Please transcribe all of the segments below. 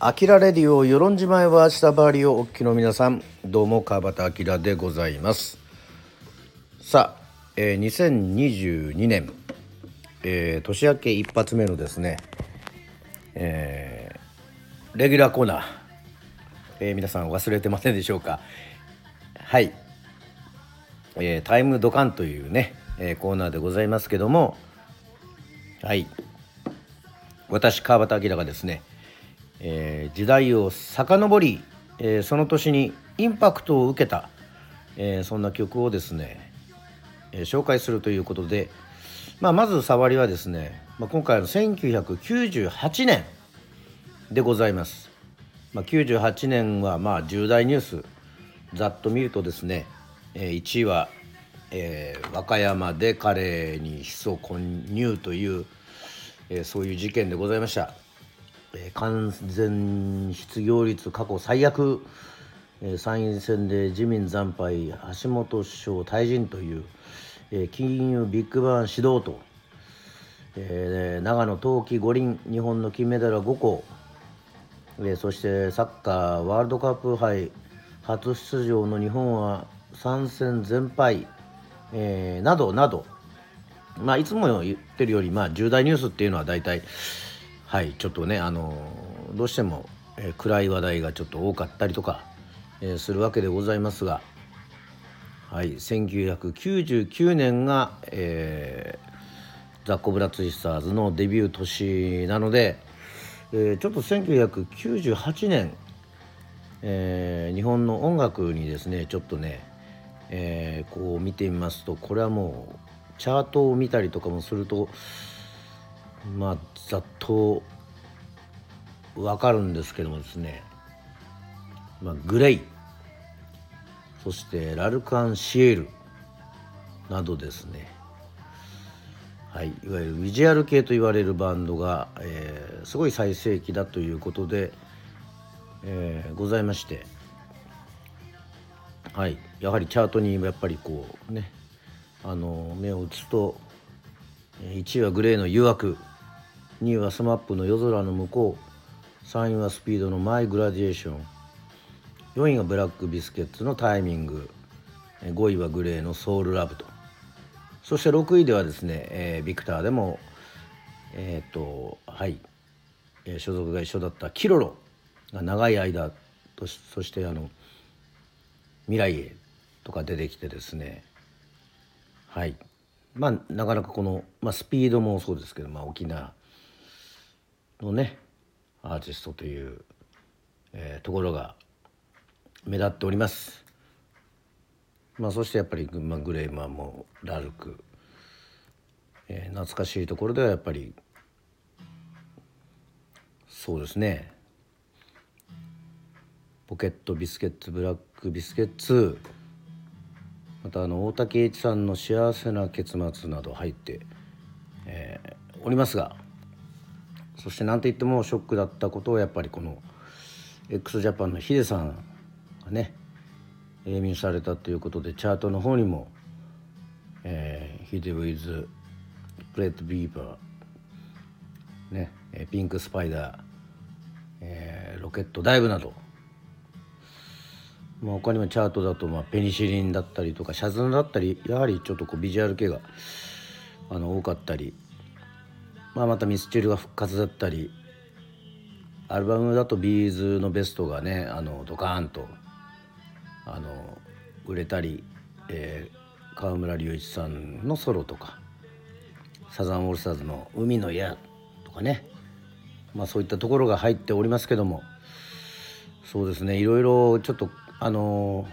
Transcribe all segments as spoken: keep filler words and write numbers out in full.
アキラレディオ与論島へは下回りをお聞きの皆さん、どうも川端明でございます。さあ、えー、にせんにじゅうにねん、えー、年明け一発目のですね、えー、レギュラーコーナー、えー、皆さん忘れてませんでしょうか。はい、えー、タイムドカンというね、えー、コーナーでございますけども、はい、私川端明がですね、えー、時代を遡り、えー、その年にインパクトを受けた、えー、そんな曲をですね、えー、紹介するということで、まあ、まず触りはですね、まあ、今回のせんきゅうひゃくきゅうじゅうはちねんでございます。まあ、きゅうじゅうはちねんはまあ重大ニュースざっと見るとですね、えー、いちいは、えー、和歌山で彼にヒ素混入という、えー、そういう事件でございました。えー、完全失業率過去最悪、えー、参院選で自民惨敗、橋本首相退陣という、えー、金融ビッグバン始動と、えー、長野冬季五輪日本の金メダルはごこ、えー、そしてサッカーワールドカップ杯初出場の日本はさん戦全敗、えー、などなど、まあいつも言ってるより、まあ重大ニュースっていうのは大体はいちょっとね、あのー、どうしても、えー、暗い話題がちょっと多かったりとか、えー、するわけでございますが、はい、せんきゅうひゃくきゅうじゅうきゅうねんが、えー、ザ・コブラツイスターズのデビュー年なので、えー、ちょっとせんきゅうひゃくきゅうじゅうはちねん、えー、日本の音楽にですねちょっとね、えー、こう見てみますと、これはもうチャートを見たりとかもすると、まあざっと分かるんですけどもですね、まあ、グレイ、そしてラルカンシエルなどですね、はい、いわゆるビジュアル系と言われるバンドが、えー、すごい最盛期だということで、えー、ございまして、はい、やはりチャートにやっぱりこうね、あの目を打つと、いちいはグレーの誘惑、にいはスマップの夜空の向こう、さんいはスピードのマイグラディエーション、よんいがブラックビスケッツのタイミング、ごいはグレーのソウルラブと、そしてろくいではですね、えー、ビクターでもえっ、ー、とはい、えー、所属が一緒だったキロロが長い間と、そしてあの未来へとか出てきてですね、はい、まあなかなかこの、まあ、スピードもそうですけど、まあ、沖縄のねアーティストという、えー、ところが目立っております。まあ、そしてやっぱり、まあ、グレイマンもラルク、えー、懐かしいところではやっぱりそうですね、ポケットビスケッツ、ブラックビスケッツ、またあの大竹栄一さんの幸せな結末など入って、えー、おりますが、そしてなんといってもショックだったことはやっぱりこの x ジャパンのヒデさんがね永眠されたということで、チャートの方にも、えー、ヒデウィズグレートビーバーね、ピンクスパイダー、えー、ロケットダイブなど、まあ、他にもチャートだと、まあ、ペニシリンだったりとかシャズナだったり、やはりちょっとこうビジュアル系があの多かったり、まあ、またミスチルが復活だったり、アルバムだとビーズのベストがねあのドカーンとあの売れたり、えー、川村隆一さんのソロとかサザンオールスターズの海の矢とかね、まあ、そういったところが入っておりますけども、そうですね、いろいろちょっとあの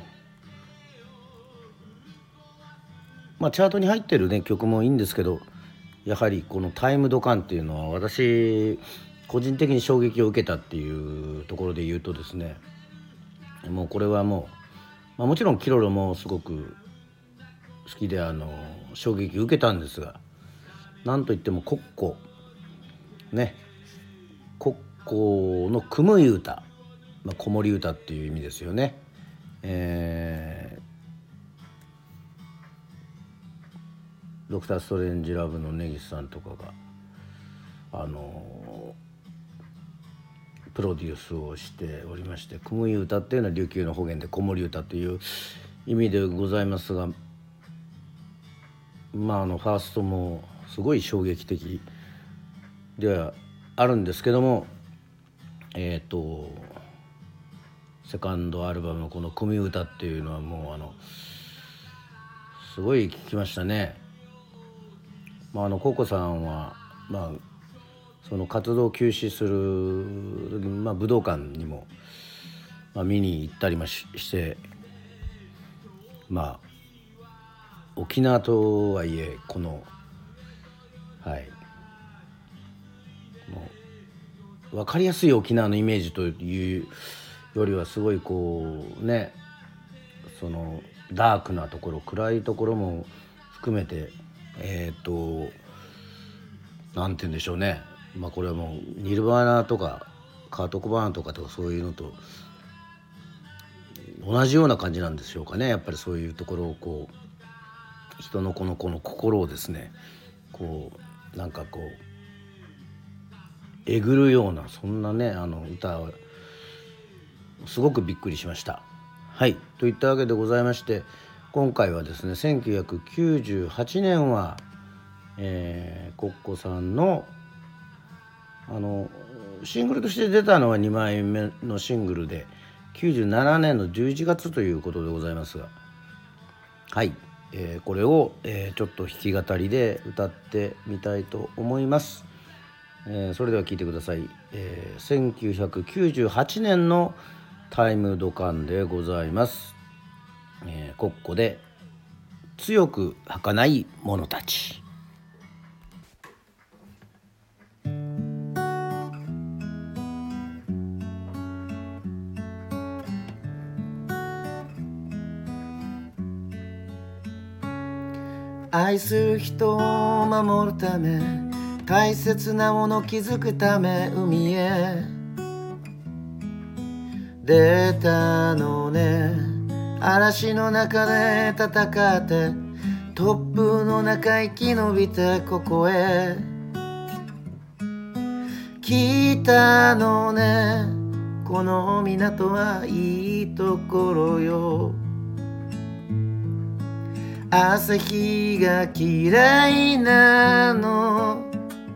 まあチャートに入ってるね曲もいいんですけど、やはりこのタイムドカンっていうのは私個人的に衝撃を受けたっていうところで言うとですね、もうこれはもう、まあ、もちろんキロロもすごく好きであの衝撃を受けたんですが、なんといってもコッコね、コッコの組むいう歌、まあ、子守歌っていう意味ですよね。えー、ドクターストレンジラブの根岸さんとかがあのプロデュースをしておりまして、子守歌っていうのは琉球の方言で子守歌という意味でございますが、まああのファーストもすごい衝撃的ではあるんですけども、えっとセカンドアルバムのこの子守歌っていうのはもうあのすごい聴きましたね。まああのココさんはまあその活動を休止する、まあ、武道館にも、まあ、見に行ったりも し, してまあ沖縄とはいえこのはいもう分かりやすい沖縄のイメージというよりはすごいこうね、そのダークなところ暗いところも含めてえっとなんて言うんでしょうね、まあこれはもうニルバーナとかカート・コバーンとかとかそういうのと同じような感じなんでしょうかね。やっぱりそういうところをこう人のこのこの心をですねこうなんかこうえぐるようなそんなねあの歌をすごくびっくりしました。はいといったわけでございまして、今回はですねせんきゅうひゃくきゅうじゅうはちねんは、えー、コッコさんのあのシングルとして出たのはにまいめのシングルできゅうじゅうななねんのじゅういちがつということでございますが、はい、えー、これを、えー、ちょっと弾き語りで歌ってみたいと思います。えー、それでは聴いてください。えー、せんきゅうひゃくきゅうじゅうはちねんのタイムドカンでございます。えー、コッコで強く儚い者たち。愛する人を守るため、大切なもの築くため海へ出たのね。嵐の中で戦って突風の中生き延びてここへ来たのね。この港はいいところよ。朝日が嫌いなの。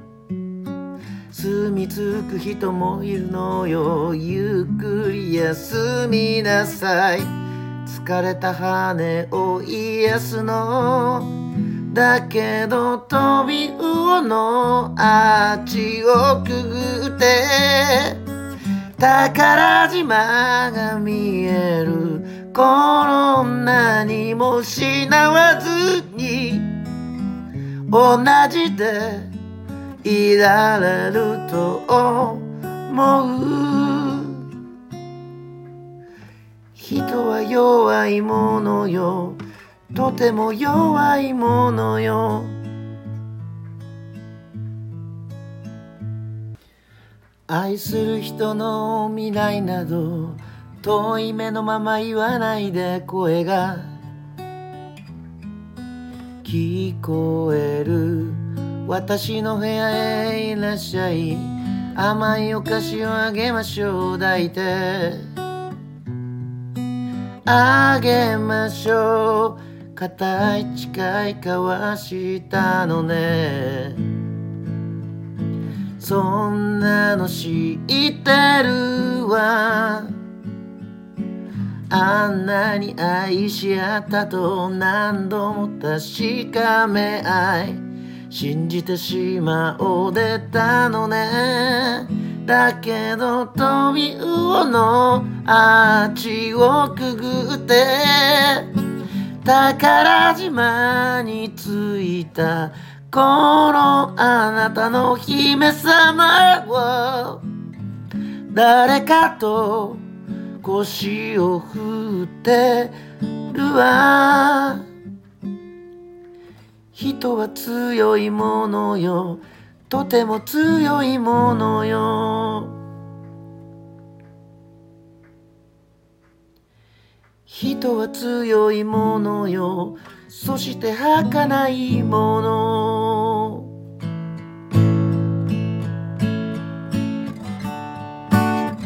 住み着く人もいるのよ。ゆっくり休みなさい。疲れた羽を癒すの。だけど飛び魚のアーチをくぐって宝島が見える。こんなにも失わずに同じでいられると思う。人は弱いものよ。とても弱いものよ。愛する人の未来など遠い目のまま言わないで。声が聞こえる。私の部屋へいらっしゃい。甘いお菓子をあげましょう。抱いてあげましょう。固い誓い交わしたのね。そんなの知ってるわ。あんなに愛し合ったと何度も確かめ合い信じてしまおうでたのね。だけど飛び魚のアーチをくぐって宝島に着いた頃、あなたの姫様は誰かと腰を振ってるわ。人は強いものよ。とても強いものよ。人は強いものよ。そして儚いもの。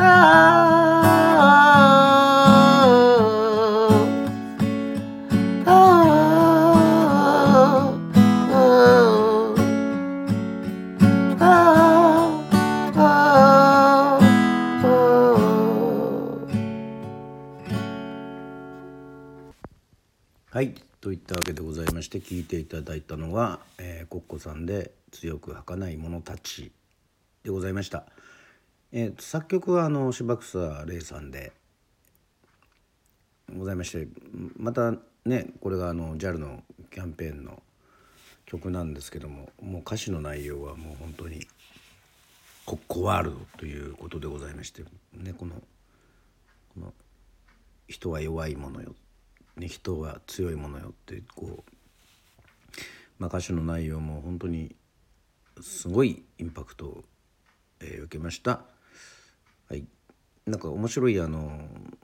はい、といったわけでございまして、聞いていただいたのは、えー、コッコさんで強く儚い者たちでございました。えー、作曲はあの柴草玲さんでございまして、またねこれがあの ジャル のキャンペーンの曲なんですけども、もう歌詞の内容はもう本当にコッコワールドということでございまして、ね、このこの人は弱いものよ、ね、人は強いものよってこう、まあ、歌詞の内容も本当にすごいインパクトを、えー受けました。はい、なんか面白いあの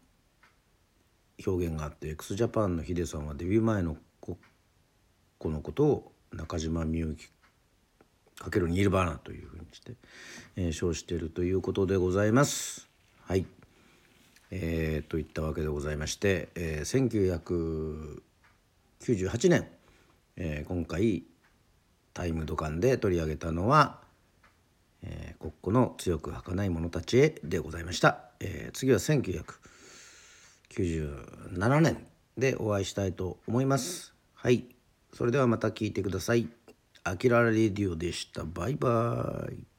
表現があって、 x ジャパンのヒデさんはデビュー前のコこのことを中島みゆき×ニルバーナというふうにして、えー、称しているということでございます。はい、えー、といったわけでございまして、えー、せんきゅうひゃくきゅうじゅうはちねん、えー、今回タイムドカンで取り上げたのは、えー、コッコの強く儚い者たちへでございました。えー、次はせんきゅうひゃくきゅうじゅうななねんでお会いしたいと思います。はい、それではまた聞いてください。アキラレディオでした。バイバイ。